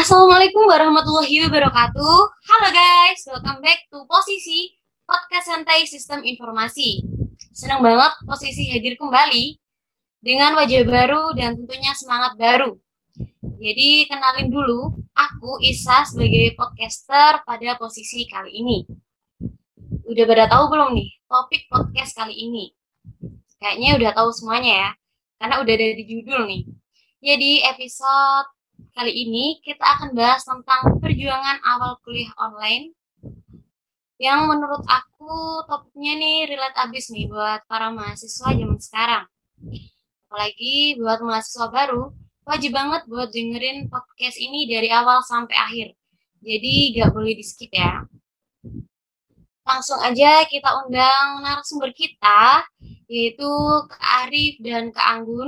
Assalamualaikum warahmatullahi wabarakatuh. Halo guys, welcome back to Posisi Podcast Santai Sistem Informasi. Senang banget Posisi hadir kembali dengan wajah baru dan tentunya semangat baru. Jadi kenalin dulu, aku Isa sebagai podcaster pada posisi kali ini. Udah pada tahu belum nih topik podcast kali ini? Kayaknya udah tahu semuanya ya, karena udah ada di judul nih. Jadi episode kali ini kita akan bahas tentang perjuangan awal kuliah online yang menurut aku topiknya nih relate abis nih buat para mahasiswa zaman sekarang. Apalagi buat mahasiswa baru, wajib banget buat dengerin podcast ini dari awal sampai akhir. Jadi gak boleh di skip ya. Langsung aja kita undang narasumber kita, yaitu Kak Arif dan Kak Anggun.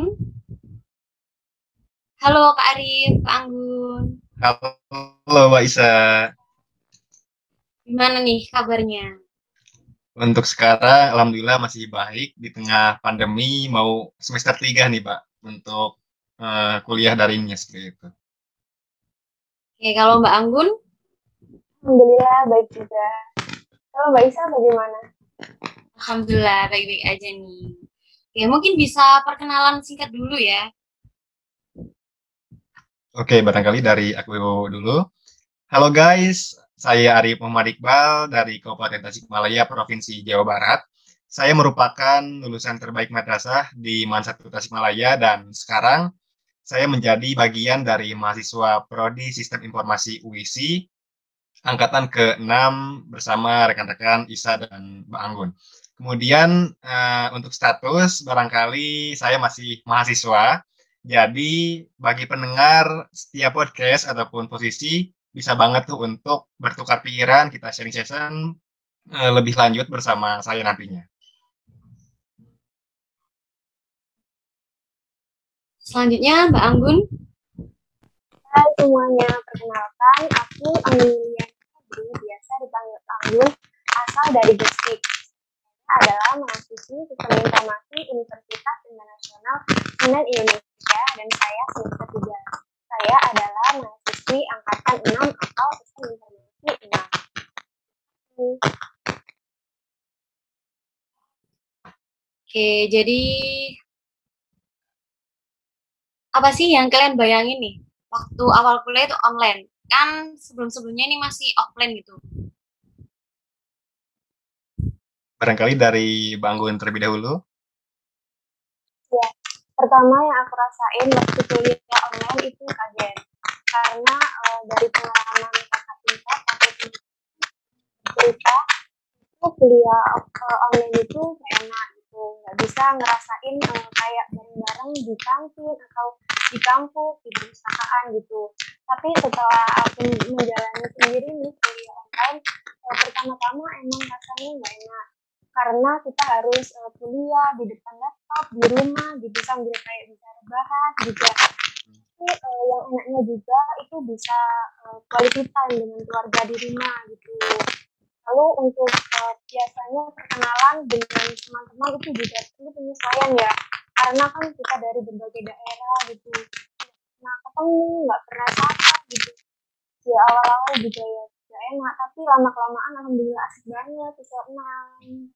Halo Kak Arif, Kak Anggun. Halo Mbak Isa, Gimana nih kabarnya? untuk sekarang Alhamdulillah masih baik di tengah pandemi mau semester 3 nih Pak untuk kuliah daringnya seperti itu. Oke, kalau Mbak Anggun, Alhamdulillah baik juga. Kalau Mbak Isa bagaimana? Alhamdulillah baik-baik aja nih. Oke, mungkin bisa perkenalan singkat dulu ya. Oke, barangkali dari aku dulu. Halo guys, saya Arif Muhammad Iqbal dari Kabupaten Tasikmalaya, Provinsi Jawa Barat. Saya merupakan lulusan terbaik madrasah di MAN 1 Tasikmalaya dan sekarang saya menjadi bagian dari mahasiswa Prodi Sistem Informasi UISI angkatan ke-6 bersama rekan-rekan Isa dan Mbak Anggun. Kemudian untuk status barangkali saya masih mahasiswa. Jadi bagi pendengar setiap podcast ataupun posisi bisa banget tuh untuk bertukar pikiran, kita sharing session lebih lanjut bersama saya nantinya. Selanjutnya Mbak Anggun. Hai semuanya, perkenalkan aku Anggun Yuliana, biasa dipanggil Anggun, asal dari Gresik. Saya adalah mahasiswi Sistem Informasi Universitas Internasional Unan Indonesia dan saya semester 3. Saya adalah mahasiswi angkatan 6 atau Sistem Informasi 6. Oke, jadi apa sih yang kalian bayangin nih? Waktu awal kuliah itu online. Kan sebelum-sebelumnya ini masih offline gitu. Barangkali dari Mbak Anggun terlebih dahulu. Ya, pertama yang aku rasain waktu kuliah online itu kaget. Karena dari pengalaman kakak tingkat atau cerita itu kuliah online itu kayak enak gitu, nggak bisa ngerasain kayak bareng-bareng di kantin atau di kampus di perusahaan gitu. Tapi setelah aku menjalani sendiri nih kuliah online, pertama-tama emang rasanya nggak enak karena kita harus kuliah di depan laptop di rumah gitu sambil kayak bisa rebahan juga. Tapi yang enaknya juga itu bisa quality time dengan keluarga di rumah gitu. Lalu untuk biasanya perkenalan dengan teman-teman itu juga perlu penyesuaian ya, karena kan kita dari berbagai daerah gitu. Nah, ketemu nggak pernah sapa gitu. Ya awal-awal juga ya gak enak, tapi lama-kelamaan alhamdulillah asik banget, bisa enam.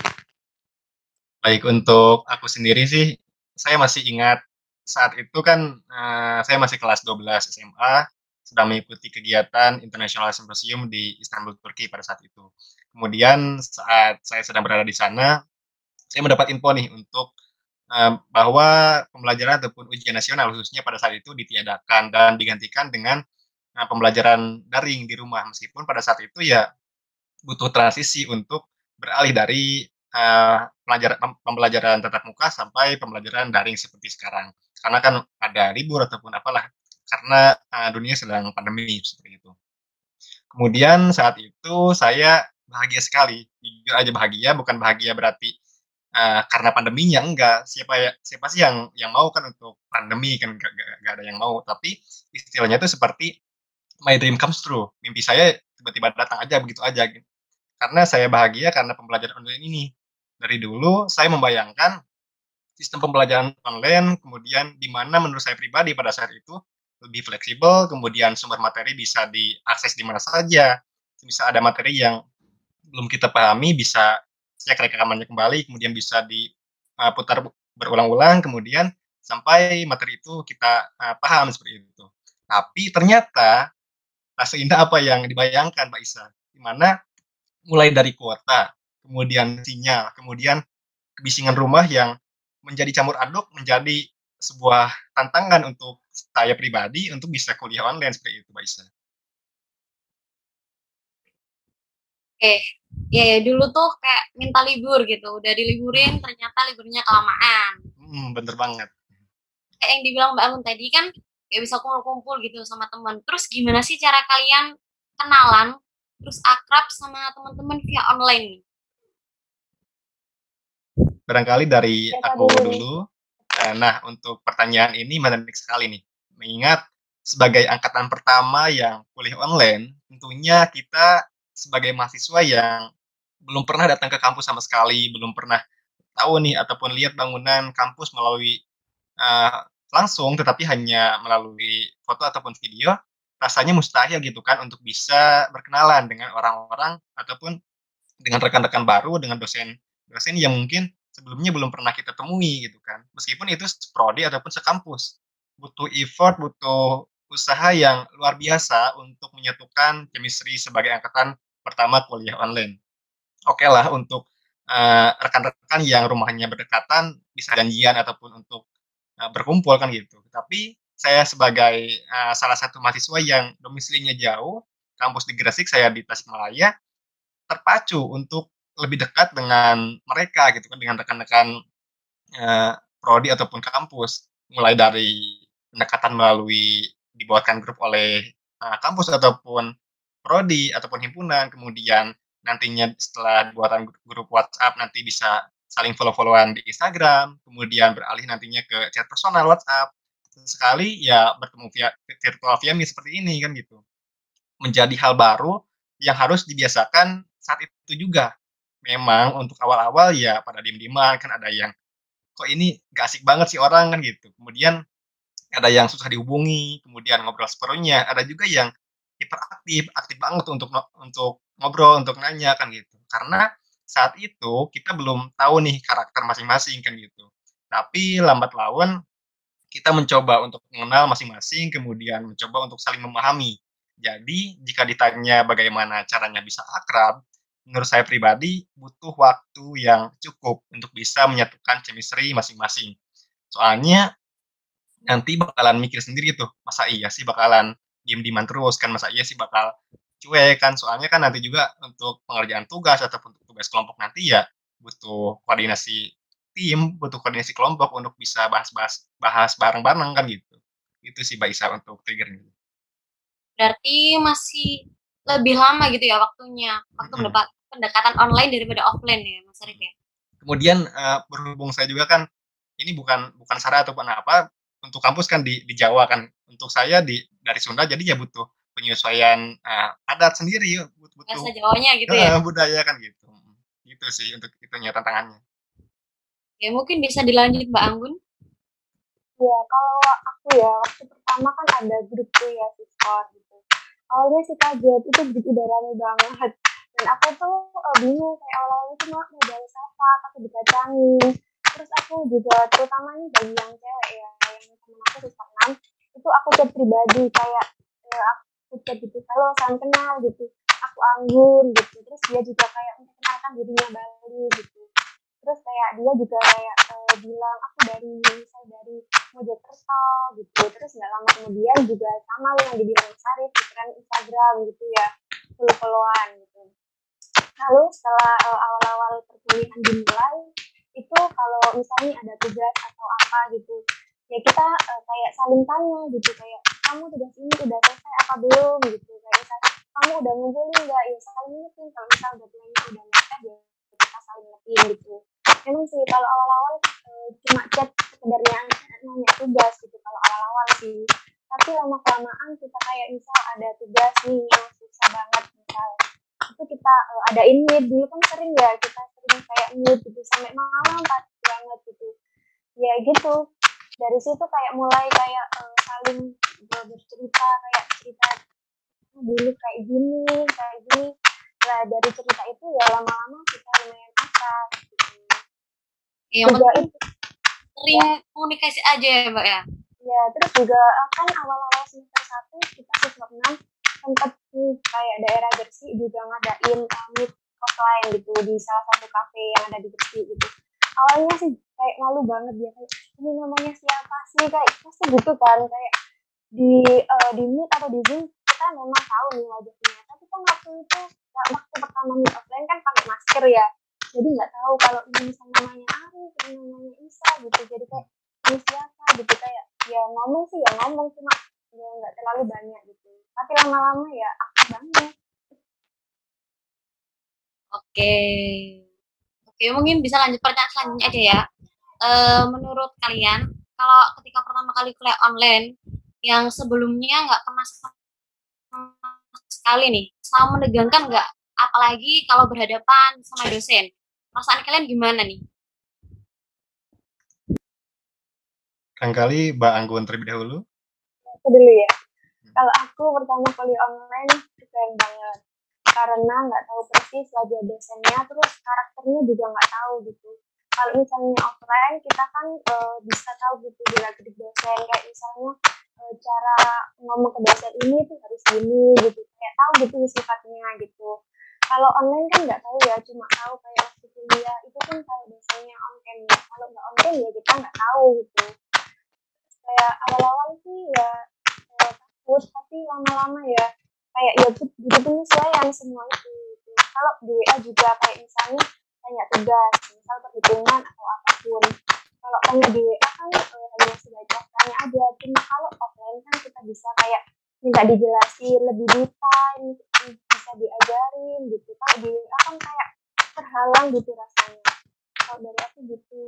Baik, untuk aku sendiri sih, saya masih ingat saat itu kan saya masih kelas 12 SMA, sedang mengikuti kegiatan International Symposium di Istanbul, Turki pada saat itu. Kemudian saat saya sedang berada di sana, saya mendapat info nih untuk bahwa pembelajaran ataupun ujian nasional khususnya pada saat itu ditiadakan dan digantikan dengan pembelajaran daring di rumah. Meskipun pada saat itu ya butuh transisi untuk beralih dari pembelajaran tatap muka sampai pembelajaran daring seperti sekarang. Karena kan ada libur ataupun apalah, karena dunia sedang pandemi seperti itu. Kemudian saat itu saya bahagia sekali, jujur aja bahagia, bukan bahagia berarti karena pandeminya enggak. Siapa sih yang mau kan untuk pandemi kan gak ada yang mau. Tapi istilahnya itu seperti my dream comes true. Mimpi saya tiba-tiba datang aja begitu aja. Karena saya bahagia karena pembelajaran online ini. Dari dulu saya membayangkan sistem pembelajaran online, kemudian di mana menurut saya pribadi pada saat itu lebih fleksibel, kemudian sumber materi bisa diakses di mana saja. Bisa ada materi yang belum kita pahami, bisa cek rekamannya kembali, kemudian bisa diputar berulang-ulang, kemudian sampai materi itu kita paham seperti itu. Tapi ternyata tak seindah apa yang dibayangkan, Mbak Isa. Di mana mulai dari kuota, kemudian sinyal, kemudian kebisingan rumah yang menjadi campur aduk menjadi sebuah tantangan untuk saya pribadi untuk bisa kuliah online seperti itu, Mbak Isa. Oke, ya dulu tuh kayak minta libur gitu, udah diliburin ternyata liburnya kelamaan. Bener banget. Kayak yang dibilang Mbak Angun tadi kan kayak bisa kumpul-kumpul gitu sama teman. Terus gimana sih cara kalian kenalan terus akrab sama teman-teman via online nih? Barangkali dari Siapa aku dulu nih? dulu. Nah, untuk pertanyaan ini menarik sekali nih. Mengingat sebagai angkatan pertama yang kuliah online, tentunya kita sebagai mahasiswa yang belum pernah datang ke kampus sama sekali, belum pernah tahu nih ataupun lihat bangunan kampus melalui langsung, tetapi hanya melalui foto ataupun video, rasanya mustahil gitu kan untuk bisa berkenalan dengan orang-orang ataupun dengan rekan-rekan baru, dengan dosen yang mungkin sebelumnya belum pernah kita temui gitu kan. Meskipun itu prodi ataupun sekampus. Butuh effort, butuh usaha yang luar biasa untuk menyatukan chemistry sebagai angkatan pertama kuliah online. Oke lah untuk rekan-rekan yang rumahnya berdekatan bisa janjian ataupun untuk berkumpul kan gitu. Tapi saya sebagai salah satu mahasiswa yang domisilinya jauh, kampus di Gresik, saya di Tasikmalaya, terpacu untuk lebih dekat dengan mereka gitu kan, dengan rekan-rekan prodi ataupun kampus. Mulai dari pendekatan melalui dibuatkan grup oleh kampus ataupun prodi ataupun himpunan, kemudian nantinya setelah buatan grup WhatsApp nanti bisa saling follow-followan di Instagram, kemudian beralih nantinya ke chat personal WhatsApp. Sekali ya bertemu via virtual via Meet seperti ini kan gitu. Menjadi hal baru yang harus dibiasakan saat itu juga. Memang untuk awal-awal ya pada diem-dieman, kan ada yang kok ini gak asik banget sih orang kan gitu. Kemudian ada yang susah dihubungi, kemudian ngobrol seperlunya, ada juga yang hiperaktif, aktif banget untuk ngobrol, untuk nanya kan gitu. Karena saat itu kita belum tahu nih karakter masing-masing kan gitu. Tapi lambat laun kita mencoba untuk mengenal masing-masing, kemudian mencoba untuk saling memahami. Jadi, jika ditanya bagaimana caranya bisa akrab, menurut saya pribadi butuh waktu yang cukup untuk bisa menyatukan chemistry masing-masing. Soalnya nanti bakalan mikir sendiri tuh, masa iya sih bakalan diem-dieman terus kan, masa iya sih bakal cuek kan, soalnya kan nanti juga untuk pengerjaan tugas ataupun tugas kelompok nanti ya butuh koordinasi tim, butuh koordinasi kelompok untuk bisa bahas bareng-bareng kan gitu. Itu sih Mbak Isa untuk triggernya. Berarti masih lebih lama gitu ya waktunya, waktu pendekatan online daripada offline ya Mas Arif ya? Kemudian berhubung saya juga kan ini bukan syarat ataupun apa, untuk kampus kan di Jawa kan. Untuk saya dari Sunda jadi ya butuh penyesuaian adat sendiri, butuh Bahasa Jawanya gitu ya? budaya kan gitu. Gitu sih untuk itunya tantangannya. Ya mungkin bisa dilanjut Mbak Anggun. Ya, kalau aku ya, waktu pertama kan ada grup tuh ya, Discord gitu. Awalnya sih kaget, itu grup udah rame banget. Dan aku tuh bingung, kayak awal-awalnya tuh mau balas apa, takut dikacangin. Terus aku juga, terutama nih bagi yang cewek ya, yang temen aku Sister 6, itu aku chat pribadi, kayak aku chat gitu, halo, salam kenal gitu. Aku Anggun gitu. Terus dia juga kayak memperkenalkan dirinya Bali gitu. Terus kayak dia juga kayak bilang aku dari Mojokerto gitu. Terus nggak lama kemudian juga sama yang dibilang Sarif kan Instagram gitu ya, follow-followan gitu. Lalu setelah awal-awal perkuliahan dimulai, itu kalau misalnya ada tugas atau apa gitu, ya kita kayak saling tanya gitu, kayak kamu tugas ini udah selesai apa belum gitu, kayak misalnya kamu udah ngumpulin nggak, ya saling ngetin. Kalau misalnya deadline-nya udah mepet ya kita saling ngetin gitu. Memang sih kalau awal-awal cuma chat sekedarnya nanya tugas gitu kalau awal-awal sih, tapi lama-kelamaan kita kayak misal ada tugas nih yang susah banget misal, itu kita adain meet. Dulu kan sering ya kita sering kayak meet gitu sampai malam pagi banget gitu ya gitu. Dari situ kayak mulai kayak saling bercerita kayak cerita dulu kayak gini. Nah dari cerita itu ya lama-lama kita lumayan akrab gitu. Yang Juga penting itu sering komunikasi aja ya Mbak ya. ya terus juga kan awal-awal semester 1 kita siswa 6 sempat kayak daerah Gresik juga ngadain meet offline gitu di salah satu kafe yang ada di Gresik gitu. Awalnya sih kayak malu banget ya kayak ini namanya siapa sih kayak pasti gitu kan kayak di meet atau di zoom kita memang tahu nih wajahnya tapi kan waktu pertama meet offline kan pakai masker ya jadi nggak tahu kalau ini misalnya namanya Arif ini namanya Isa gitu jadi kayak ini siapa gitu kayak ya ngomong sih ya ngomong cuma ya nggak terlalu banyak gitu tapi lama-lama ya aktif banget. Oke. Oke, mungkin bisa lanjut pertanyaan selanjutnya aja ya. Menurut kalian, kalau ketika pertama kali kuliah online, yang sebelumnya nggak pernah sama sekali nih, sama menegangkan nggak? Apalagi kalau berhadapan sama dosen. Perasaan kalian gimana nih? Barangkali Mbak Anggun terlebih dahulu. Aku dulu ya kalau aku pertama kali online keren banget karena nggak tahu persis wajah dosennya terus karakternya juga nggak tahu gitu kalau misalnya offline kita kan bisa tahu gitu bila gedik dosen kayak misalnya cara ngomong ke dosen ini tuh harus gini gitu kayak tahu gitu sifatnya gitu kalau online kan nggak tahu ya cuma tahu kayak waktu kuliah itu kan kalau dosennya on cam ya kalau nggak on cam ya kita nggak tahu gitu kayak awal-awal sih ya takut tapi lama-lama ya kayak ya butuh penyesuaian semua itu gitu. Kalau di WA juga kayak misalnya tanya tugas misal perhitungan atau apapun kalau tanya di WA kan hanya sebatas tanya aja cuma kalau offline kan kita bisa kayak minta dijelasin lebih detail bisa diajarin gitu kalau di WA kan kayak terhalang gitu rasanya kalau dari aku gitu.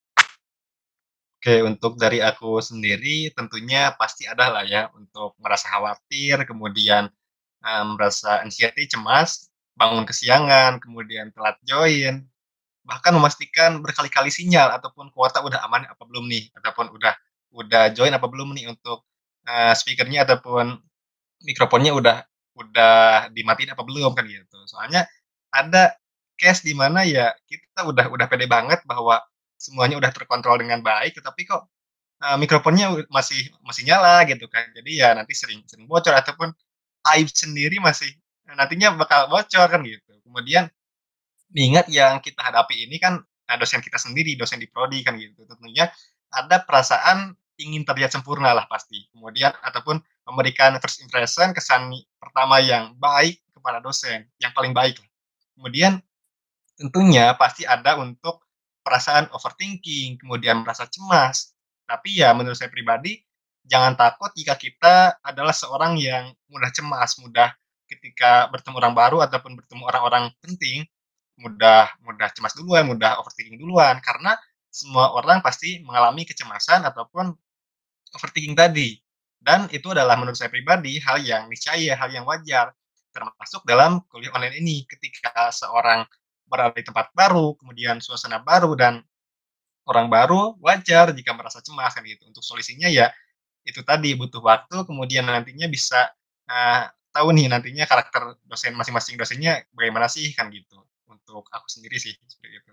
Oke, untuk dari aku sendiri tentunya pasti ada lah ya untuk merasa khawatir, kemudian merasa anxiety, cemas, bangun kesiangan, kemudian telat join, bahkan memastikan berkali-kali sinyal ataupun kuota udah aman apa belum nih, ataupun udah join apa belum nih untuk speakernya ataupun mikrofonnya udah dimatiin apa belum kan gitu. Soalnya ada case di mana ya kita udah pede banget bahwa semuanya udah terkontrol dengan baik, tetapi kok mikrofonnya masih masih nyala gitu kan. Jadi ya nanti sering sering bocor ataupun aib sendiri masih nantinya bakal bocor kan gitu. Kemudian mengingat yang kita hadapi ini kan dosen kita sendiri, dosen di prodi kan gitu. Tentunya ada perasaan ingin terlihat sempurna lah pasti. Kemudian ataupun memberikan first impression, kesan pertama yang baik kepada dosen, yang paling baik lah. Kemudian tentunya pasti ada untuk perasaan overthinking, kemudian merasa cemas. Tapi ya menurut saya pribadi, jangan takut jika kita adalah seorang yang mudah cemas, mudah ketika bertemu orang baru ataupun bertemu orang-orang penting, mudah mudah cemas duluan, mudah overthinking duluan. Karena semua orang pasti mengalami kecemasan ataupun overthinking tadi. Dan itu adalah menurut saya pribadi hal yang niscaya, hal yang wajar. Termasuk dalam kuliah online ini ketika seorang berada di tempat baru, kemudian suasana baru dan orang baru, wajar jika merasa cemas kan gitu. Untuk solusinya ya itu tadi butuh waktu, kemudian nantinya bisa tahu nih nantinya karakter dosen masing-masing dosennya bagaimana sih kan gitu. Untuk aku sendiri sih seperti itu.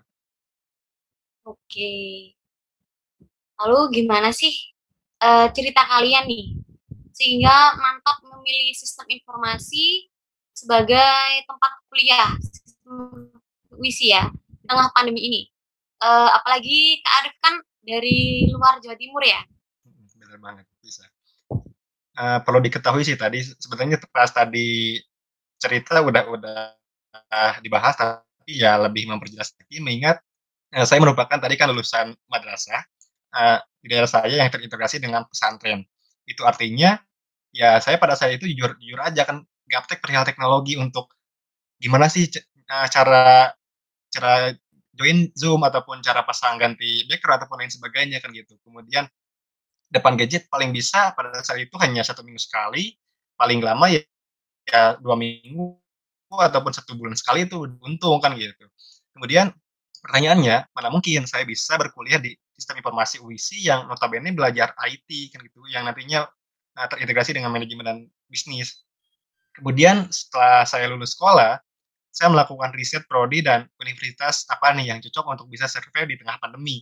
Oke. Lalu gimana sih cerita kalian nih sehingga mantap memilih sistem informasi sebagai tempat kuliah sistem WISI ya di tengah pandemi ini. Apalagi Kak Arif kan dari luar Jawa Timur ya. Benar banget bisa. Perlu diketahui sih tadi sebenarnya pas tadi cerita udah dibahas tapi ya lebih memperjelas lagi mengingat saya merupakan tadi kan lulusan madrasah di daerah saya yang terintegrasi dengan pesantren. Itu artinya ya saya pada saat itu jujur jujur aja kan gaptek perihal teknologi untuk gimana sih cara cara join Zoom ataupun cara pasang ganti background ataupun lain sebagainya kan gitu. Kemudian depan gadget paling bisa pada saat itu hanya 1 minggu sekali, paling lama ya 2 minggu ataupun 1 bulan sekali itu untung kan gitu. Kemudian pertanyaannya, mana mungkin saya bisa berkuliah di sistem informasi UISI yang notabene belajar IT kan gitu, yang nantinya terintegrasi dengan manajemen dan bisnis. Kemudian setelah saya lulus sekolah, saya melakukan riset prodi dan universitas apa nih yang cocok untuk bisa survive di tengah pandemi.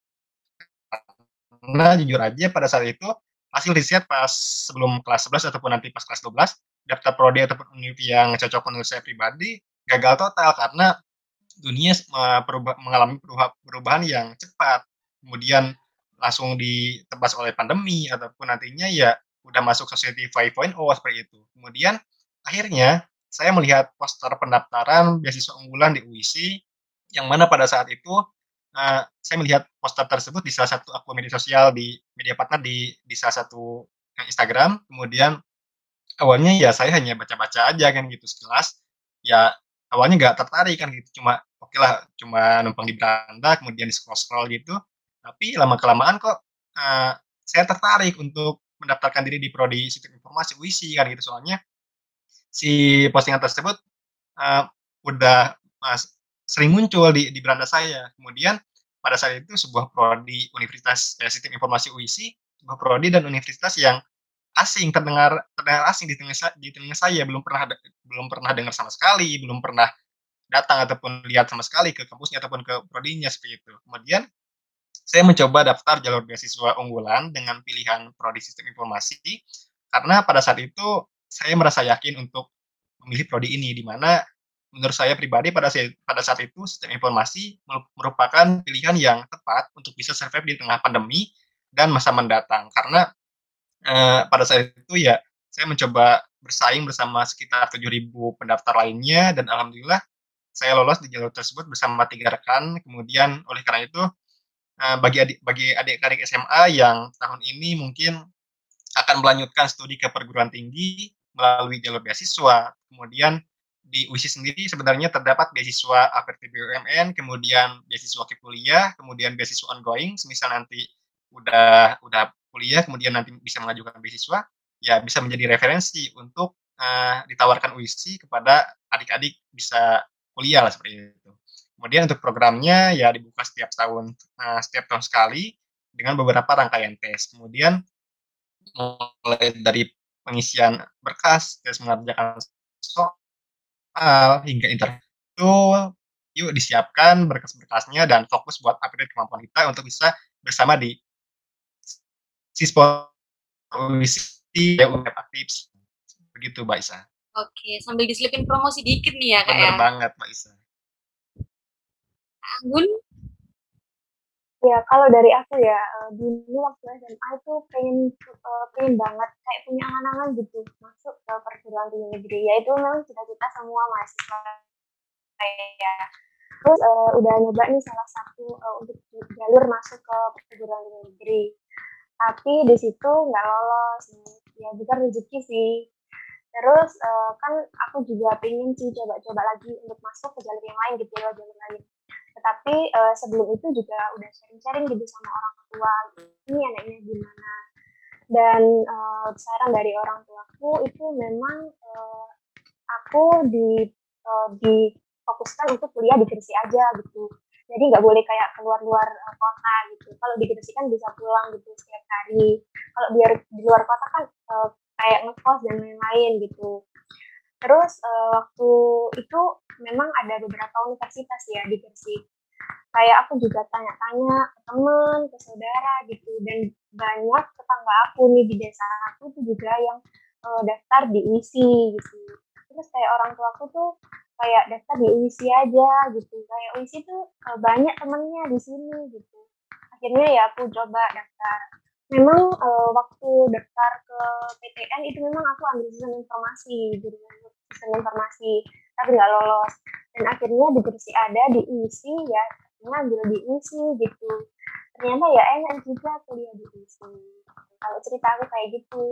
Karena jujur aja pada saat itu hasil riset pas sebelum kelas 11 ataupun nanti pas kelas 12, daftar prodi ataupun univ yang cocok menurut saya pribadi gagal total karena dunia mengalami perubahan yang cepat. Kemudian langsung ditebas oleh pandemi ataupun nantinya ya udah masuk Society 5.0 seperti itu. Kemudian akhirnya saya melihat poster pendaftaran beasiswa unggulan di UISI yang mana pada saat itu saya melihat poster tersebut di salah satu akun media sosial di media partner di salah satu Instagram. Kemudian awalnya ya saya hanya baca-baca aja kan gitu sekelas. Ya awalnya nggak tertarik kan gitu, cuma oke lah, cuma numpang di beranda, kemudian di scroll-scroll gitu. Tapi lama-kelamaan kok saya tertarik untuk mendaftarkan diri di prodi Sistem Informasi UISI kan gitu. Soalnya si postingan tersebut udah sering muncul di beranda saya. Kemudian pada saat itu sebuah prodi Universitas Sistem Informasi UISI, sebuah prodi dan universitas yang asing, terdengar asing di telinga saya, belum pernah dengar sama sekali, belum pernah datang ataupun lihat sama sekali ke kampusnya ataupun ke prodinya seperti itu. Kemudian saya mencoba daftar jalur beasiswa unggulan dengan pilihan prodi Sistem Informasi karena pada saat itu saya merasa yakin untuk memilih prodi ini, di mana menurut saya pribadi pada saat itu Sistem Informasi merupakan pilihan yang tepat untuk bisa survive di tengah pandemi dan masa mendatang. Karena pada saat itu ya saya mencoba bersaing bersama sekitar 7.000 pendaftar lainnya dan alhamdulillah saya lolos di jalur tersebut bersama 3 rekan. Kemudian oleh karena itu bagi adik-adik SMA yang tahun ini mungkin akan melanjutkan studi ke perguruan tinggi melalui jalur beasiswa. Kemudian di UISI sendiri sebenarnya terdapat beasiswa APT BUMN, kemudian beasiswa kuliah, kemudian beasiswa ongoing, semisal nanti udah kuliah, kemudian nanti bisa mengajukan beasiswa, ya bisa menjadi referensi untuk ditawarkan UISI kepada adik-adik bisa kuliah lah seperti itu. Kemudian untuk programnya ya dibuka setiap tahun sekali dengan beberapa rangkaian tes. Kemudian mulai dari pengisian berkas, tes mengerjakan soal, hingga interview itu yuk disiapkan berkas-berkasnya dan fokus buat upgrade kemampuan kita untuk bisa bersama di Sispo UISI web aktif. Begitu Mbak Isa. Oke, sambil diselipin promosi dikit nih ya Kak Bener ya. banget Mbak Isa. Anggun? Ya, kalau dari aku ya, dulu waktu SMA itu pengen banget kayak punya angan-angan gitu masuk ke perguruan tinggi negeri. Ya itu memang cita-cita semua mahasiswa kayak. Terus udah nyoba nih salah satu untuk jalur masuk ke perguruan tinggi negeri. Tapi di situ nggak lolos. Ya bukan rezeki sih. Terus kan aku juga pengen sih coba-coba lagi untuk masuk ke jalur yang lain gitu, jalur lain. Tetapi sebelum itu juga udah sharing-sharing gitu sama orang tua, ini anaknya gimana. Dan saran dari orang tuaku itu memang aku difokuskan untuk kuliah di Gresik aja gitu. Jadi nggak boleh kayak keluar-luar kota gitu. Kalau di Gresik kan bisa pulang gitu setiap hari. Kalau biar di luar kota kan kayak ngekos dan lain-lain gitu. Terus waktu itu memang ada beberapa universitas ya di Gresik. Kayak aku juga tanya-tanya ke teman, ke saudara gitu. Dan banyak tetangga aku nih di desa aku tuh juga yang daftar di UISI gitu. Terus kayak orang tua aku tuh kayak daftar di UISI aja gitu. Kayak UISI tuh banyak temennya di sini gitu. Akhirnya ya aku coba daftar. Memang waktu daftar ke PTN itu memang aku ambil sistem informasi, jurusan sistem informasi, tapi nggak lolos. Dan akhirnya di Gresik ada di UISI ya, akhirnya ambil di UISI gitu. Ternyata ya enak juga kuliah di UISI. Kalau cerita aku kayak gitu.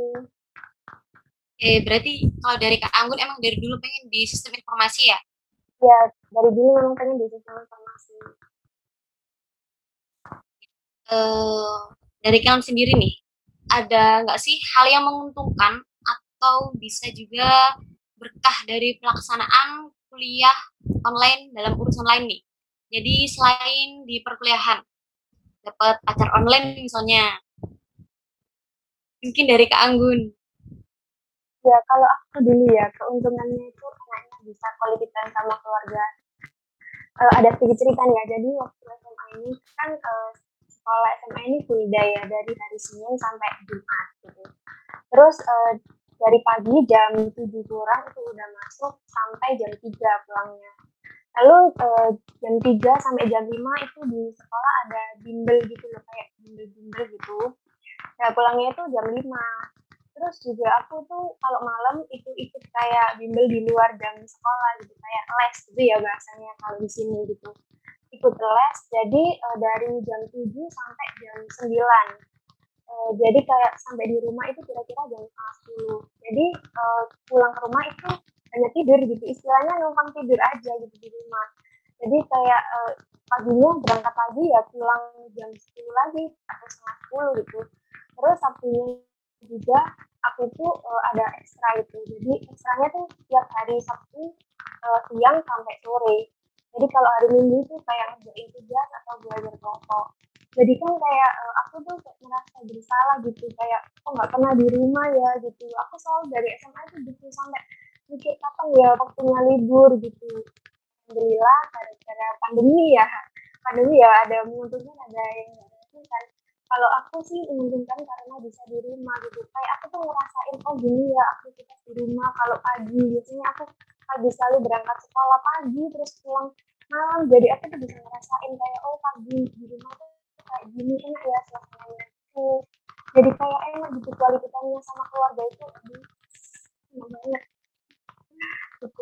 Berarti kalau dari Kak Anggun emang dari dulu pengen di sistem informasi ya? Ya, dari dulu memang pengen di sistem informasi. Dari kalian sendiri nih, ada nggak sih hal yang menguntungkan atau bisa juga berkah dari pelaksanaan kuliah online dalam urusan lain nih? Jadi selain di perkuliahan, dapat pacar online misalnya. Mungkin dari Kak Anggun. Ya, kalau aku dulu ya, keuntungannya itu anaknya bisa quality time sama keluarga. Ada sedikit cerita nih ya, jadi waktu SMA ini kan sekolah SMA ini full day ya, dari hari Senin sampai Jumat gitu. Terus dari pagi jam 7 kurang itu udah masuk sampai jam 3 pulangnya. Lalu jam 3 sampai jam 5 itu di sekolah ada bimbel gitu loh, kayak bimbel-bimbel gitu. Nah, pulangnya itu jam 5. Terus juga aku tuh kalau malam itu ikut kayak bimbel di luar jam sekolah gitu, kayak les gitu ya bahasanya kalau di sini gitu. Ikut les, jadi dari jam 7 sampai jam 9. Jadi kayak sampai di rumah itu kira-kira jam setengah 10. Jadi pulang ke rumah itu hanya tidur gitu, istilahnya numpang tidur aja gitu di rumah. Jadi kayak paginya berangkat lagi ya pulang jam 10 lagi atau setengah 10 gitu. Terus Sabtunya juga aku tuh ada ekstra gitu. Jadi ekstranya tuh tiap hari Sabtu siang sampai sore. Jadi kalau hari Minggu itu kayak ngerjain tugas atau belajar kelompok. Jadi kan kayak aku tuh kayak merasa bersalah gitu, kayak kok nggak pernah di rumah ya gitu. Aku selalu dari SMA itu gitu sampai mikir kapan ya waktunya libur gitu. Alhamdulillah gara-gara pandemi ya ada menguntungkan ada yang nggak menguntungkan. Kalau aku sih menguntungkan karena bisa di rumah gitu, kayak aku tuh ngerasain oh gini ya aktivitas di rumah. Kalau pagi biasanya aku pagi selalu berangkat sekolah pagi terus pulang malam, jadi aku tuh bisa ngerasain kayak oh pagi di rumah tuh kayak gini enak ya suasananya itu, jadi kayak enak gitu kualitasnya sama keluarga itu aduh enak banget gitu.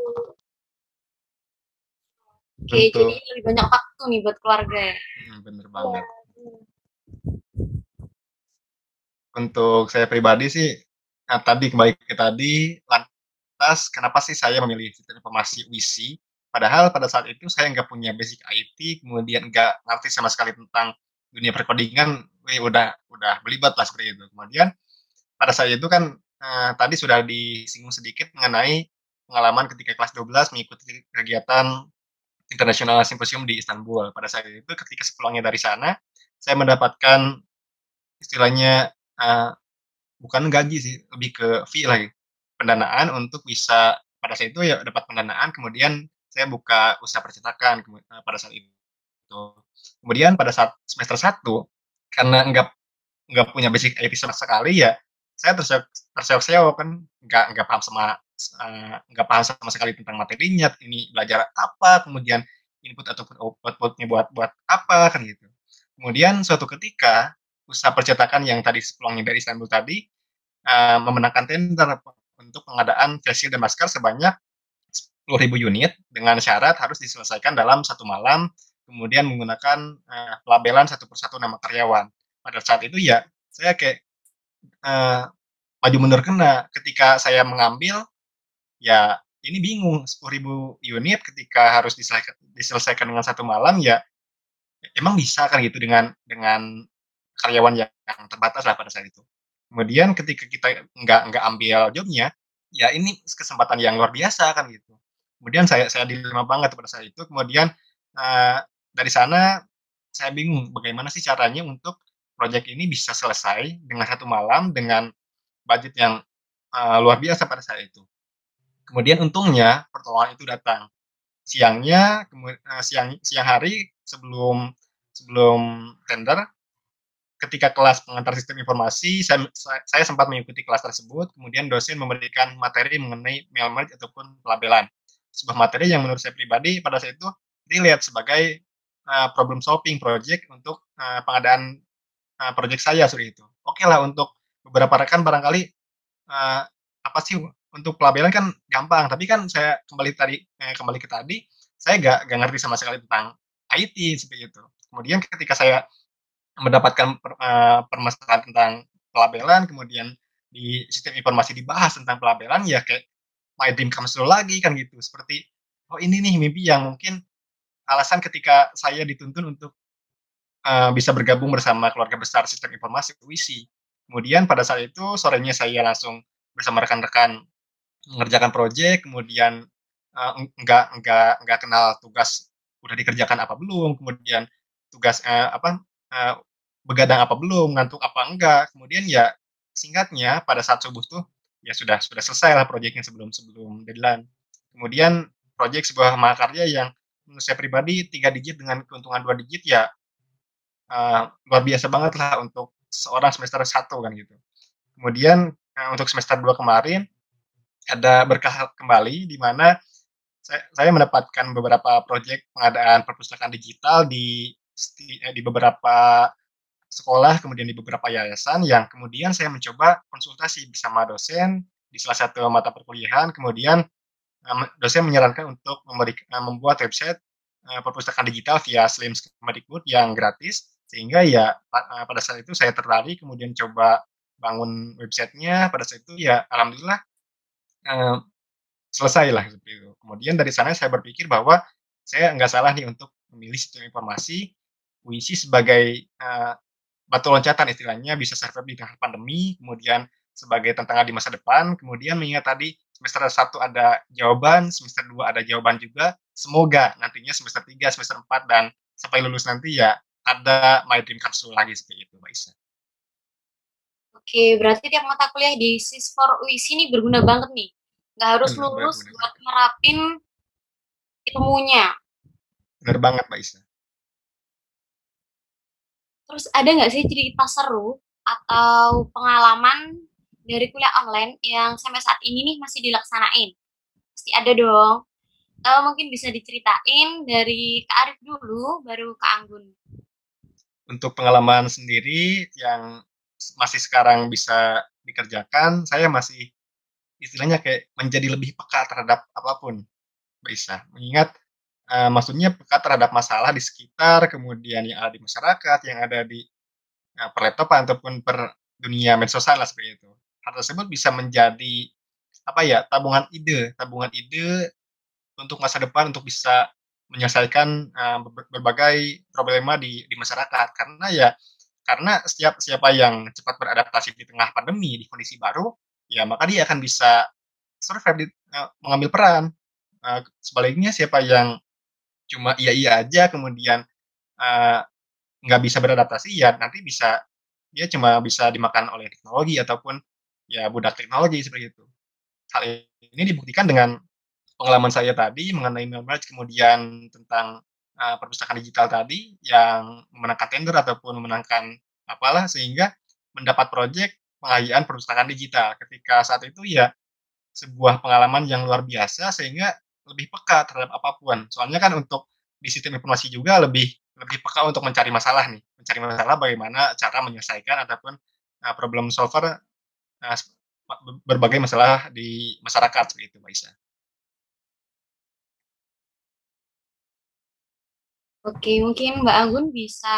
Oke, jadi Untuk lebih banyak waktu nih buat keluarga ya. bener Iya. banget. Untuk saya pribadi sih, tadi kembali ke tadi, lantas kenapa sih saya memilih sistem informasi UISI? Padahal pada saat itu saya nggak punya basic IT, kemudian nggak ngerti sama sekali tentang dunia perkodingan, wih udah belibet lah seperti itu. Kemudian pada saat itu kan tadi sudah disinggung sedikit mengenai pengalaman ketika kelas 12 mengikuti kegiatan internasional simposium di Istanbul. Pada saat itu ketika sepulangnya dari sana, saya mendapatkan istilahnya bukan gaji sih, lebih ke fee lagi. Pendanaan untuk bisa pada saat itu ya dapat pendanaan, kemudian saya buka usaha percetakan pada saat itu. Kemudian pada saat semester 1 karena nggak punya basic IT sama sekali ya, saya terseok-seok kan, nggak paham nggak paham sama sekali tentang materinya, ini belajar apa, kemudian input ataupun output-nya buat buat apa, kan gitu. Kemudian suatu ketika, usaha percetakan yang tadi sepulangnya dari Istanbul tadi, memenangkan tender untuk pengadaan face shield dan masker sebanyak 10.000 unit dengan syarat harus diselesaikan dalam satu malam, kemudian menggunakan pelabelan satu persatu nama karyawan. Pada saat itu ya saya kayak maju mundur kena ketika saya mengambil ya ini bingung 10.000 unit ketika harus diselesaikan dengan satu malam ya emang bisa kan gitu dengan karyawan yang terbatas lah pada saat itu. Kemudian ketika kita nggak ambil jobnya, ya ini kesempatan yang luar biasa kan gitu. Kemudian saya dilema banget pada saat itu. Kemudian dari sana saya bingung bagaimana sih caranya untuk proyek ini bisa selesai dengan satu malam dengan budget yang luar biasa pada saat itu. Kemudian untungnya pertolongan itu datang siangnya, siang hari sebelum sebelum tender ketika kelas pengantar sistem informasi, saya sempat mengikuti kelas tersebut, kemudian dosen memberikan materi mengenai mail merge ataupun pelabelan. Sebuah materi yang menurut saya pribadi pada saat itu dilihat sebagai problem solving project untuk pengadaan project saya seperti itu. Oke lah untuk beberapa rekan barangkali apa sih untuk pelabelan kan gampang, tapi kan saya kembali ke tadi, saya nggak ngerti sama sekali tentang IT seperti itu. Kemudian ketika saya mendapatkan permasalahan tentang pelabelan, kemudian di sistem informasi dibahas tentang pelabelan, ya kayak my dream comes true lagi kan gitu. Seperti, oh ini nih mimpi yang mungkin alasan ketika saya dituntun untuk bisa bergabung bersama keluarga besar sistem informasi UISI. Kemudian pada saat itu sorenya saya langsung bersama rekan-rekan mengerjakan proyek, kemudian nggak kenal tugas udah dikerjakan apa belum, kemudian tugas begadang apa belum, ngantuk apa enggak, kemudian ya singkatnya pada saat subuh tuh ya sudah selesai lah proyeknya sebelum deadline. Kemudian proyek sebuah mahakarya yang menurut saya pribadi 3 digit dengan keuntungan 2 digit ya luar biasa banget lah untuk seorang semester 1 kan gitu. Kemudian untuk semester 2 kemarin ada berkah kembali di mana saya mendapatkan beberapa proyek pengadaan perpustakaan digital di beberapa sekolah, kemudian di beberapa yayasan yang kemudian saya mencoba konsultasi bersama dosen di salah satu mata perkuliahan, kemudian dosen menyarankan untuk membuat website perpustakaan digital via Slims Kemendikbud yang gratis, sehingga ya pada saat itu saya tertarik, kemudian coba bangun websitenya, pada saat itu ya alhamdulillah uh, selesai lah seperti itu. Kemudian dari sana saya berpikir bahwa saya nggak salah nih untuk memilih sistem informasi puisi sebagai batu loncatan istilahnya bisa survive di tengah pandemi, kemudian sebagai tantangan di masa depan, kemudian mengingat tadi semester 1 ada jawaban, semester 2 ada jawaban juga, semoga nantinya semester 3, semester 4, dan sampai lulus nanti ya ada My Dream Capsule lagi seperti itu, Mbak Isa. Oke, berarti tiap mata kuliah di SIS4 UIS ini berguna banget nih. Nggak harus lulus buat nerapin ilmunya. Benar banget, Mbak Isa. Terus ada nggak sih cerita seru atau pengalaman dari kuliah online yang sampai saat ini nih masih dilaksanain? Pasti ada dong. Mungkin bisa diceritain dari Kak Arif dulu, baru Kak Anggun. Untuk pengalaman sendiri yang masih sekarang bisa dikerjakan, saya masih istilahnya kayak menjadi lebih peka terhadap apapun, Mbak Isa. Mengingat maksudnya peka terhadap masalah di sekitar, kemudian yang ada di masyarakat, yang ada di perlaptopan ataupun per dunia medsosial lah seperti itu. Hal tersebut bisa menjadi apa ya, tabungan ide untuk masa depan untuk bisa menyelesaikan berbagai problema di masyarakat. Karena siapa yang cepat beradaptasi di tengah pandemi di kondisi baru, ya maka dia akan bisa survive mengambil peran. Sebaliknya siapa yang cuma iya aja kemudian nggak bisa beradaptasi ya nanti dia cuma bisa dimakan oleh teknologi ataupun ya budak teknologi seperti itu. Hal ini dibuktikan dengan pengalaman saya tadi mengenai Mailmerge, kemudian tentang perpustakaan digital tadi yang memenangkan tender ataupun memenangkan apalah sehingga mendapat proyek pengadaan perpustakaan digital. Ketika saat itu ya sebuah pengalaman yang luar biasa sehingga lebih peka terhadap apapun. Soalnya kan untuk di sistem informasi juga lebih lebih peka untuk mencari masalah nih, mencari masalah bagaimana cara menyelesaikan ataupun problem solver berbagai masalah di masyarakat seperti itu, Mbak Isa. Oke, mungkin Mbak Anggun bisa.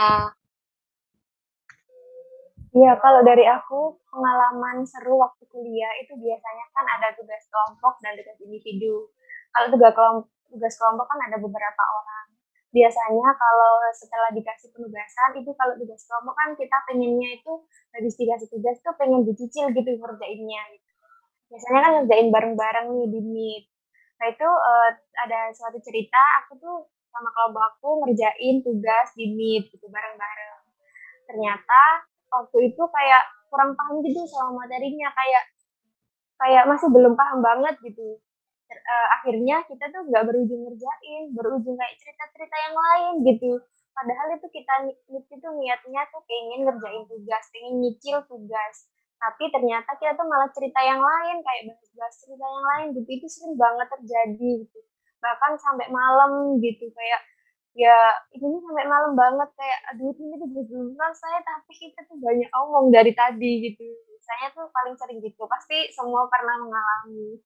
Iya, kalau dari aku, pengalaman seru waktu kuliah itu biasanya kan ada tugas kelompok dan tugas individu. Kalau tugas kelompok kan ada beberapa orang. Biasanya kalau setelah dikasih penugasan, itu kalau tugas kelompok kan kita pengennya itu habis dikasih tugas tuh pengen dicicil gitu ngerjainnya. Gitu. Biasanya kan ngerjain bareng-bareng nih di Meet. Nah itu ada suatu cerita, aku tuh sama kelompok aku ngerjain tugas di Meet gitu bareng-bareng. Ternyata waktu itu kayak kurang paham gitu sama materinya, kayak kayak masih belum paham banget gitu. Akhirnya kita tuh nggak berujung ngerjain, berujung kayak cerita-cerita yang lain gitu. Padahal itu kita itu niatnya tuh pengen ngerjain tugas, pengen nyicil tugas. Tapi ternyata kita tuh malah cerita yang lain, kayak bahas-bahas cerita yang lain gitu. Itu sering banget terjadi gitu. Bahkan sampai malam gitu, kayak ya ini sampai malam banget kayak aduh ini tuh belum selesai tapi kita tuh banyak omong dari tadi gitu. Saya tuh paling sering gitu, pasti semua pernah mengalami.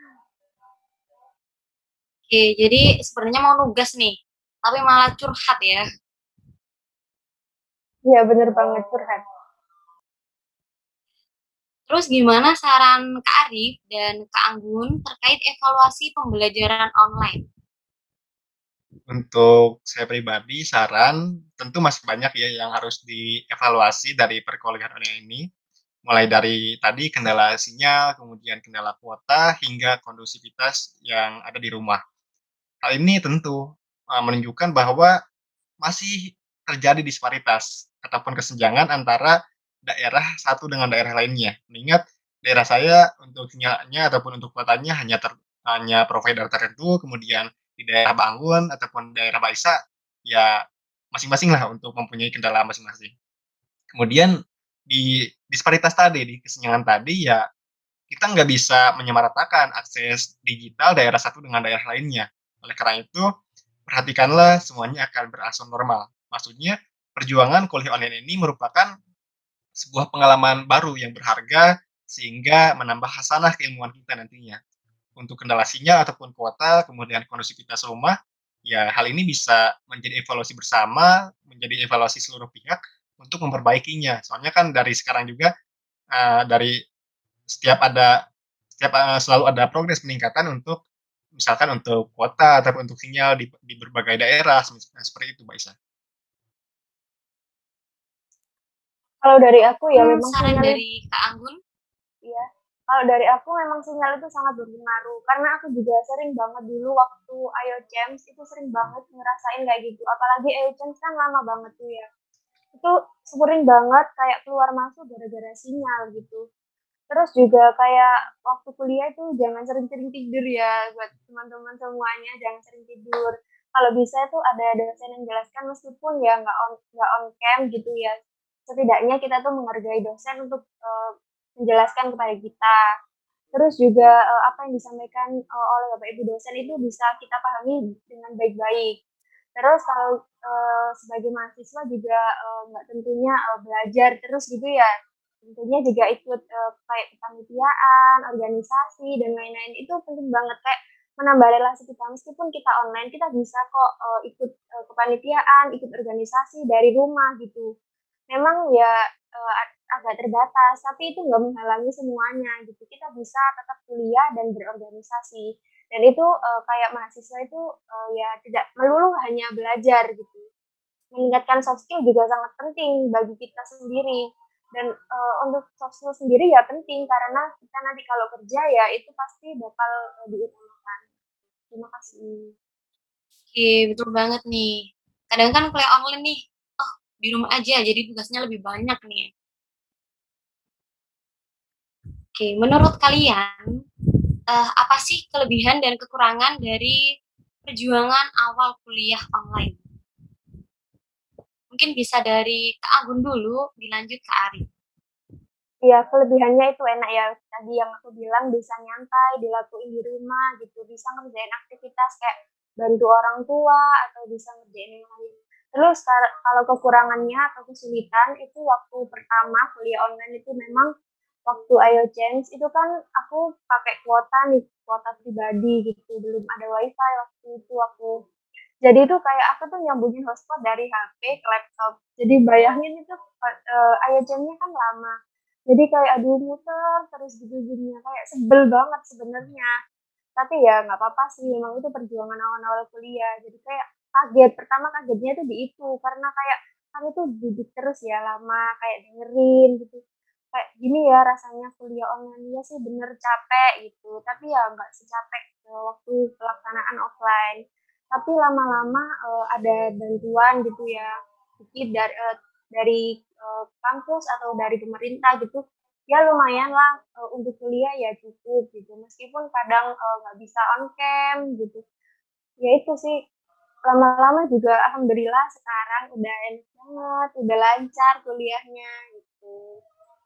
Oke, jadi sebenarnya mau nugas nih, tapi malah curhat ya. Iya bener banget curhat. Terus gimana saran Kak Arif dan Kak Anggun terkait evaluasi pembelajaran online? Untuk saya pribadi saran tentu masih banyak ya yang harus dievaluasi dari perkuliahan online ini. Mulai dari tadi kendala sinyal, kemudian kendala kuota, hingga kondusivitas yang ada di rumah. Hal ini tentu menunjukkan bahwa masih terjadi disparitas ataupun kesenjangan antara daerah satu dengan daerah lainnya. Mengingat daerah saya untuk sinyalnya ataupun untuk kuotanya hanya provider tertentu, kemudian di daerah Bangun ataupun daerah Baisa, ya masing-masing lah untuk mempunyai kendala masing-masing. Kemudian di disparitas tadi, di kesenjangan tadi, ya kita nggak bisa menyamaratakan akses digital daerah satu dengan daerah lainnya. Oleh karena itu, perhatikanlah semuanya akan berangsur normal. Maksudnya, perjuangan kuliah online ini merupakan sebuah pengalaman baru yang berharga sehingga menambah hasanah keilmuan kita nantinya. Untuk kendala sinyal ataupun kuota, kemudian kondusivitas rumah, ya hal ini bisa menjadi evaluasi bersama, menjadi evaluasi seluruh pihak untuk memperbaikinya. Soalnya kan dari sekarang juga dari setiap ada selalu ada progres peningkatan untuk misalkan untuk kuota ataupun untuk sinyal di berbagai daerah seperti itu, Mbak Isa. Kalau dari aku ya memang Saran sinyal dari Kak Anggun. Iya. Kalau dari aku memang sinyal itu sangat berpengaruh karena aku juga sering banget dulu waktu Ayo Champs itu sering banget ngerasain kayak gitu. Apalagi Ayo Champs kan lama banget tuh ya. Itu sering banget kayak keluar masuk gara-gara sinyal gitu. Terus juga kayak waktu kuliah itu jangan sering-sering tidur ya buat teman-teman semuanya, jangan sering tidur. Kalau bisa itu ada dosen yang jelaskan meskipun ya nggak on cam gitu ya. Setidaknya kita tuh menghargai dosen untuk menjelaskan kepada kita. Terus juga apa yang disampaikan oleh Bapak Ibu dosen itu bisa kita pahami dengan baik-baik. Terus kalau sebagai mahasiswa juga nggak tentunya belajar terus gitu ya. Tentunya juga ikut kayak kepanitiaan, organisasi dan lain-lain itu penting banget kayak menambah relasi kita meskipun kita online kita bisa kok ikut kepanitiaan, ikut organisasi dari rumah gitu. Memang ya agak terbatas, tapi itu nggak menghalangi semuanya gitu. Kita bisa tetap kuliah dan berorganisasi. Dan itu kayak mahasiswa itu ya tidak melulu hanya belajar gitu. Meningkatkan soft skill juga sangat penting bagi kita sendiri. Dan untuk soft skill sendiri ya penting karena kita nanti kalau kerja ya itu pasti bakal diutamakan. Terima kasih. Oke, betul banget nih. Kadang kan kuliah online nih, oh di rumah aja, jadi tugasnya lebih banyak nih. Oke, menurut kalian, apa sih kelebihan dan kekurangan dari perjuangan awal kuliah online? Mungkin bisa dari Kak Agun dulu, dilanjut ke Arif. Ya, kelebihannya itu enak ya. Tadi yang aku bilang bisa nyantai, dilakuin di rumah gitu, bisa ngerjain aktivitas kayak bantu orang tua atau bisa ngerjain yang lain. Terus kalau kekurangannya atau kesulitan itu waktu pertama kuliah online itu memang waktu Ayo Change itu kan aku pakai kuota nih, kuota pribadi gitu, belum ada wifi waktu itu aku. Jadi itu kayak aku tuh nyambungin hotspot dari HP ke laptop. Jadi bayangin itu Ayo Change-nya kan lama. Jadi kayak aduh muter terus gitu jadinya kayak sebel banget sebenarnya. Tapi ya nggak apa-apa sih, memang itu perjuangan awal-awal kuliah. Jadi kayak kaget, pertama kagetnya itu di itu karena kayak kami tuh duduk terus ya lama kayak dengerin gitu. Kayak gini ya rasanya kuliah online ya sih bener capek gitu. Tapi ya nggak secapek waktu pelaksanaan offline. Tapi lama-lama ada bantuan gitu ya. Sedikit dari kampus atau dari pemerintah gitu ya lumayan lah untuk kuliah ya cukup gitu meskipun kadang nggak bisa on cam gitu ya itu sih lama-lama juga alhamdulillah sekarang udah enak banget udah lancar kuliahnya gitu.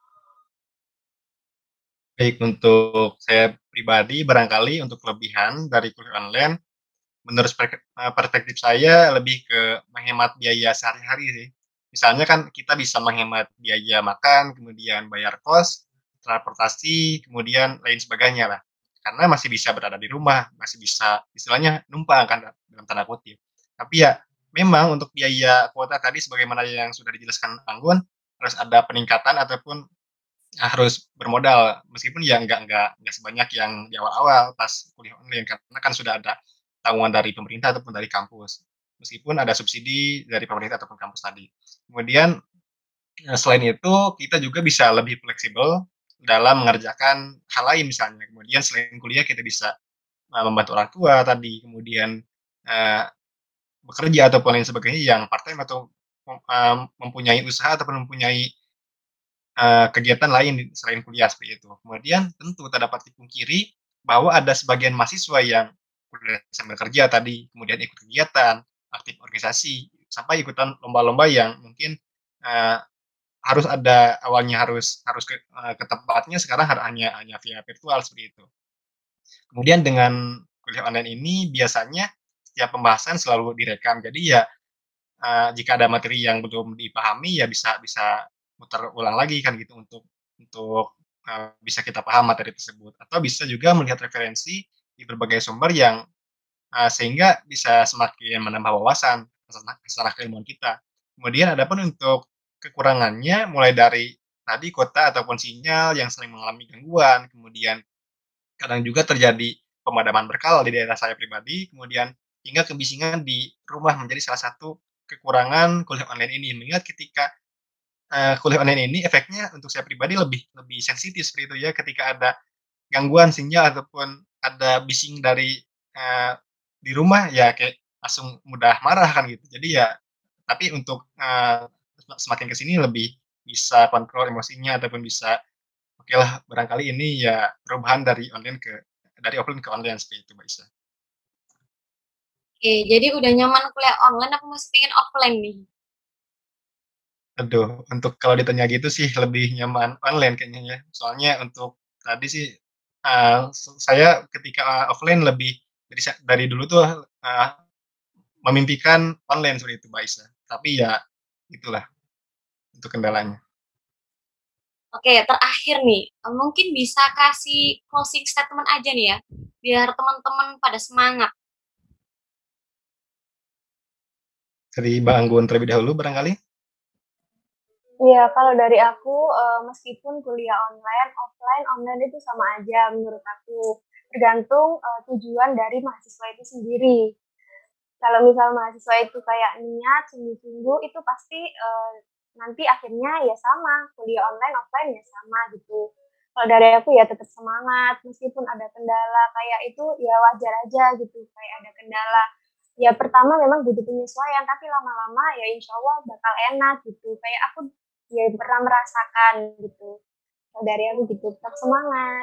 Baik, untuk saya pribadi barangkali untuk kelebihan dari kuliah online, menurut perspektif saya lebih ke menghemat biaya sehari-hari sih. Misalnya kan kita bisa menghemat biaya makan, kemudian bayar kos, transportasi, kemudian lain sebagainya lah. Karena masih bisa berada di rumah, masih bisa istilahnya numpang kan dalam tanda kutip. Tapi ya memang untuk biaya kuota tadi sebagaimana yang sudah dijelaskan Anggun, harus ada peningkatan ataupun harus bermodal meskipun ya nggak sebanyak yang di awal-awal pas kuliah online karena kan sudah ada tanggungan dari pemerintah ataupun dari kampus meskipun ada subsidi dari pemerintah ataupun kampus tadi. Kemudian selain itu kita juga bisa lebih fleksibel dalam mengerjakan hal lain misalnya. Kemudian selain kuliah kita bisa membantu orang tua tadi, kemudian bekerja ataupun lain sebagainya yang part time atau mempunyai usaha ataupun mempunyai kegiatan lain selain kuliah seperti itu. Kemudian tentu tak dapat dipungkiri bahwa ada sebagian mahasiswa yang kuliah sambil kerja tadi, kemudian ikut kegiatan, aktif organisasi, sampai ikutan lomba-lomba yang mungkin uh, harus ada awalnya harus ke tempatnya, sekarang hanya via virtual seperti itu. Kemudian dengan kuliah online ini biasanya setiap pembahasan selalu direkam. Jadi ya jika ada materi yang belum dipahami ya bisa bisa muter ulang lagi kan gitu untuk bisa kita paham materi tersebut. Atau bisa juga melihat referensi di berbagai sumber yang sehingga bisa semakin menambah wawasan masalah keilmuan kita. Kemudian ada pun untuk kekurangannya mulai dari tadi kota ataupun sinyal yang sering mengalami gangguan, kemudian kadang juga terjadi pemadaman berkala di daerah saya pribadi, kemudian hingga kebisingan di rumah menjadi salah satu kekurangan kuliah online ini. Mengingat ketika kuliah online ini efeknya untuk saya pribadi lebih lebih sensitif seperti itu ya, ketika ada gangguan sinyal ataupun ada bising dari di rumah ya kayak langsung mudah marah kan gitu. Jadi ya tapi untuk semakin ke sini lebih bisa kontrol emosinya ataupun bisa oke lah barangkali ini ya perubahan dari offline ke online seperti itu Mbak Isa. Oke, jadi udah nyaman kuliah online apa masih pengen offline nih? Aduh, untuk kalau ditanya gitu sih lebih nyaman online kayaknya ya. Soalnya untuk tadi sih saya ketika offline lebih dari dulu tuh memimpikan online seperti itu Mbak Isa. Tapi ya itulah untuk kendalanya. Oke, terakhir nih, mungkin bisa kasih closing statement aja nih ya, biar teman-teman pada semangat. Dari Mbak Anggun terlebih dahulu barangkali. Iya, kalau dari aku, meskipun kuliah online, offline, online itu sama aja menurut aku. Tergantung tujuan dari mahasiswa itu sendiri. Kalau misal mahasiswa itu kayak niat sungguh-sungguh, itu pasti nanti akhirnya ya sama, kuliah online, offline ya sama gitu. Kalau dari aku ya tetap semangat, meskipun ada kendala kayak itu ya wajar aja gitu, kayak ada kendala. Ya pertama memang butuh penyesuaian, tapi lama-lama ya insya Allah bakal enak gitu. Kayak aku ya pernah merasakan gitu. Kalau dari aku gitu, tetap semangat.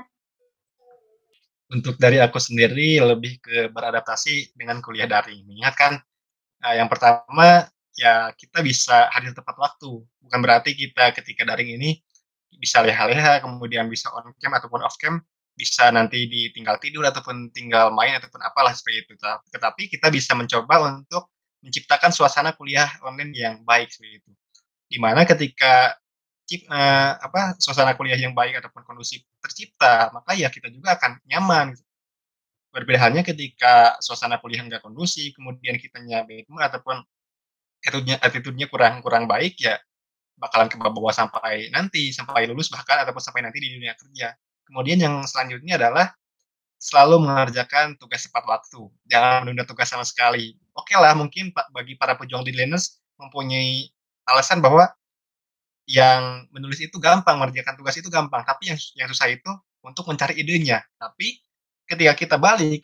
Untuk dari aku sendiri lebih ke beradaptasi dengan kuliah daring. Mengingat kan yang pertama ya kita bisa hadir tepat waktu. Bukan berarti kita ketika daring ini bisa leha-leha, kemudian bisa on cam ataupun off cam, bisa nanti ditinggal tidur ataupun tinggal main ataupun apalah seperti itu. Tetapi kita bisa mencoba untuk menciptakan suasana kuliah online yang baik seperti itu. Di mana ketika suasana kuliah yang baik ataupun kondusif tercipta, maka ya kita juga akan nyaman. Berbeda halnya ketika suasana kuliah nggak kondusif, kemudian kitanya bad mood ataupun attitude-nya kurang kurang baik, ya bakalan kebawa sampai nanti, sampai lulus bahkan ataupun sampai nanti di dunia kerja. Kemudian yang selanjutnya adalah selalu mengerjakan tugas tepat waktu, jangan menunda tugas sama sekali. Oke lah, mungkin bagi para pejuang deadliness mempunyai alasan bahwa yang menulis itu gampang, mengerjakan tugas itu gampang, tapi yang susah itu untuk mencari idenya. Tapi ketika kita balik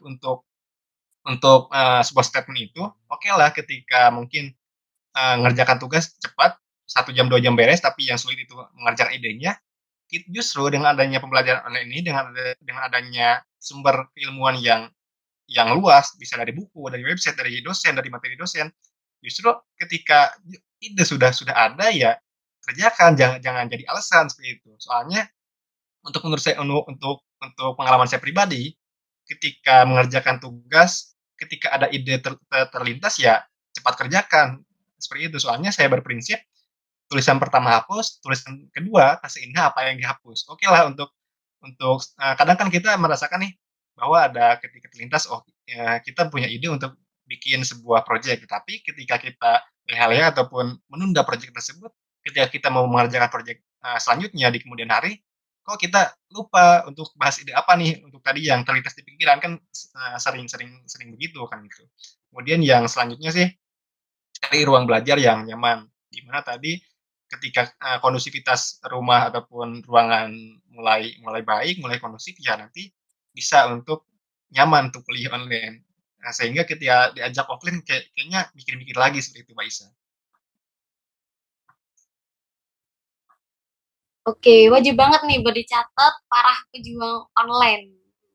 untuk sebuah statement itu, oke lah ketika mungkin ngerjakan tugas cepat, 1 jam 2 jam beres, tapi yang sulit itu mengerjakan idenya, justru dengan adanya pembelajaran online ini, dengan adanya sumber keilmuan yang luas, bisa dari buku, dari website, dari dosen, dari materi dosen, justru ketika ide sudah ada ya kerjakan, jangan jangan jadi alasan seperti itu. Soalnya untuk menurut saya untuk pengalaman saya pribadi, ketika mengerjakan tugas, ketika ada ide terlintas ya cepat kerjakan, seperti itu. Soalnya saya berprinsip tulisan pertama hapus, tulisan kedua kasih indah apa yang dihapus. Oke lah kadang kan kita merasakan nih bahwa ada ketika terlintas, oh ya, kita punya ide untuk bikin sebuah proyek, tapi ketika kita leha-leha ataupun menunda proyek tersebut, ketika kita mau mengerjakan proyek selanjutnya di kemudian hari, kok kita lupa untuk bahas ide apa nih untuk tadi yang terlintas di pikiran kan sering begitu kan gitu. Kemudian yang selanjutnya sih cari ruang belajar yang nyaman. Di mana tadi ketika kondusivitas rumah ataupun ruangan mulai mulai baik, mulai kondusif ya nanti bisa untuk nyaman untuk kuliah online. Nah, sehingga ketika diajak offline kayaknya mikir-mikir lagi seperti itu Mbak Isa. Oke, wajib banget nih buat dicatat para pejuang online.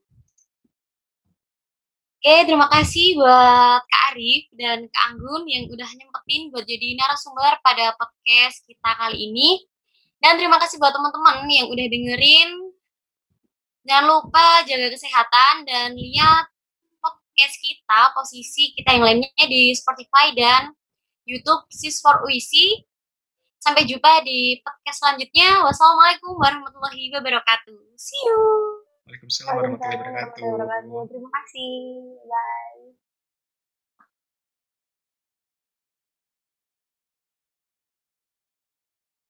Oke, terima kasih buat Kak Arif dan Kak Anggun yang udah nyempetin buat jadi narasumber pada podcast kita kali ini. Dan terima kasih buat teman-teman yang udah dengerin. Jangan lupa jaga kesehatan dan lihat podcast kita, posisi kita yang lainnya di Spotify dan YouTube Sis for UISI. Sampai jumpa di podcast selanjutnya. Wassalamualaikum warahmatullahi wabarakatuh. See you. Waalaikumsalam warahmatullahi wabarakatuh. Terima kasih. Bye.